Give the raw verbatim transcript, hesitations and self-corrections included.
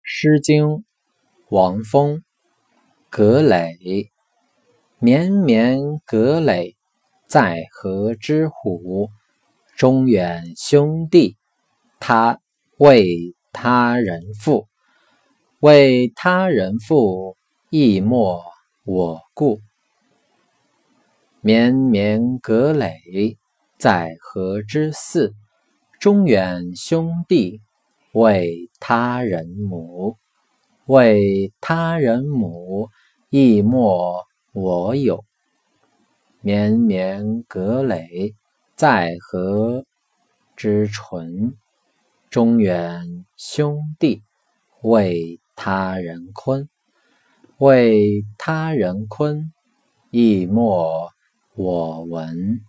诗经，王风。葛藟，绵绵葛藟，在河之虎。中远兄弟，他为他人父。为他人父，亦莫我顾。绵绵葛藟，在河之涘。中远兄弟，为他人母。为他人母，亦莫我有。绵绵葛藟，在河之淳。中远兄弟，为他人坤。为他人坤，亦莫我闻。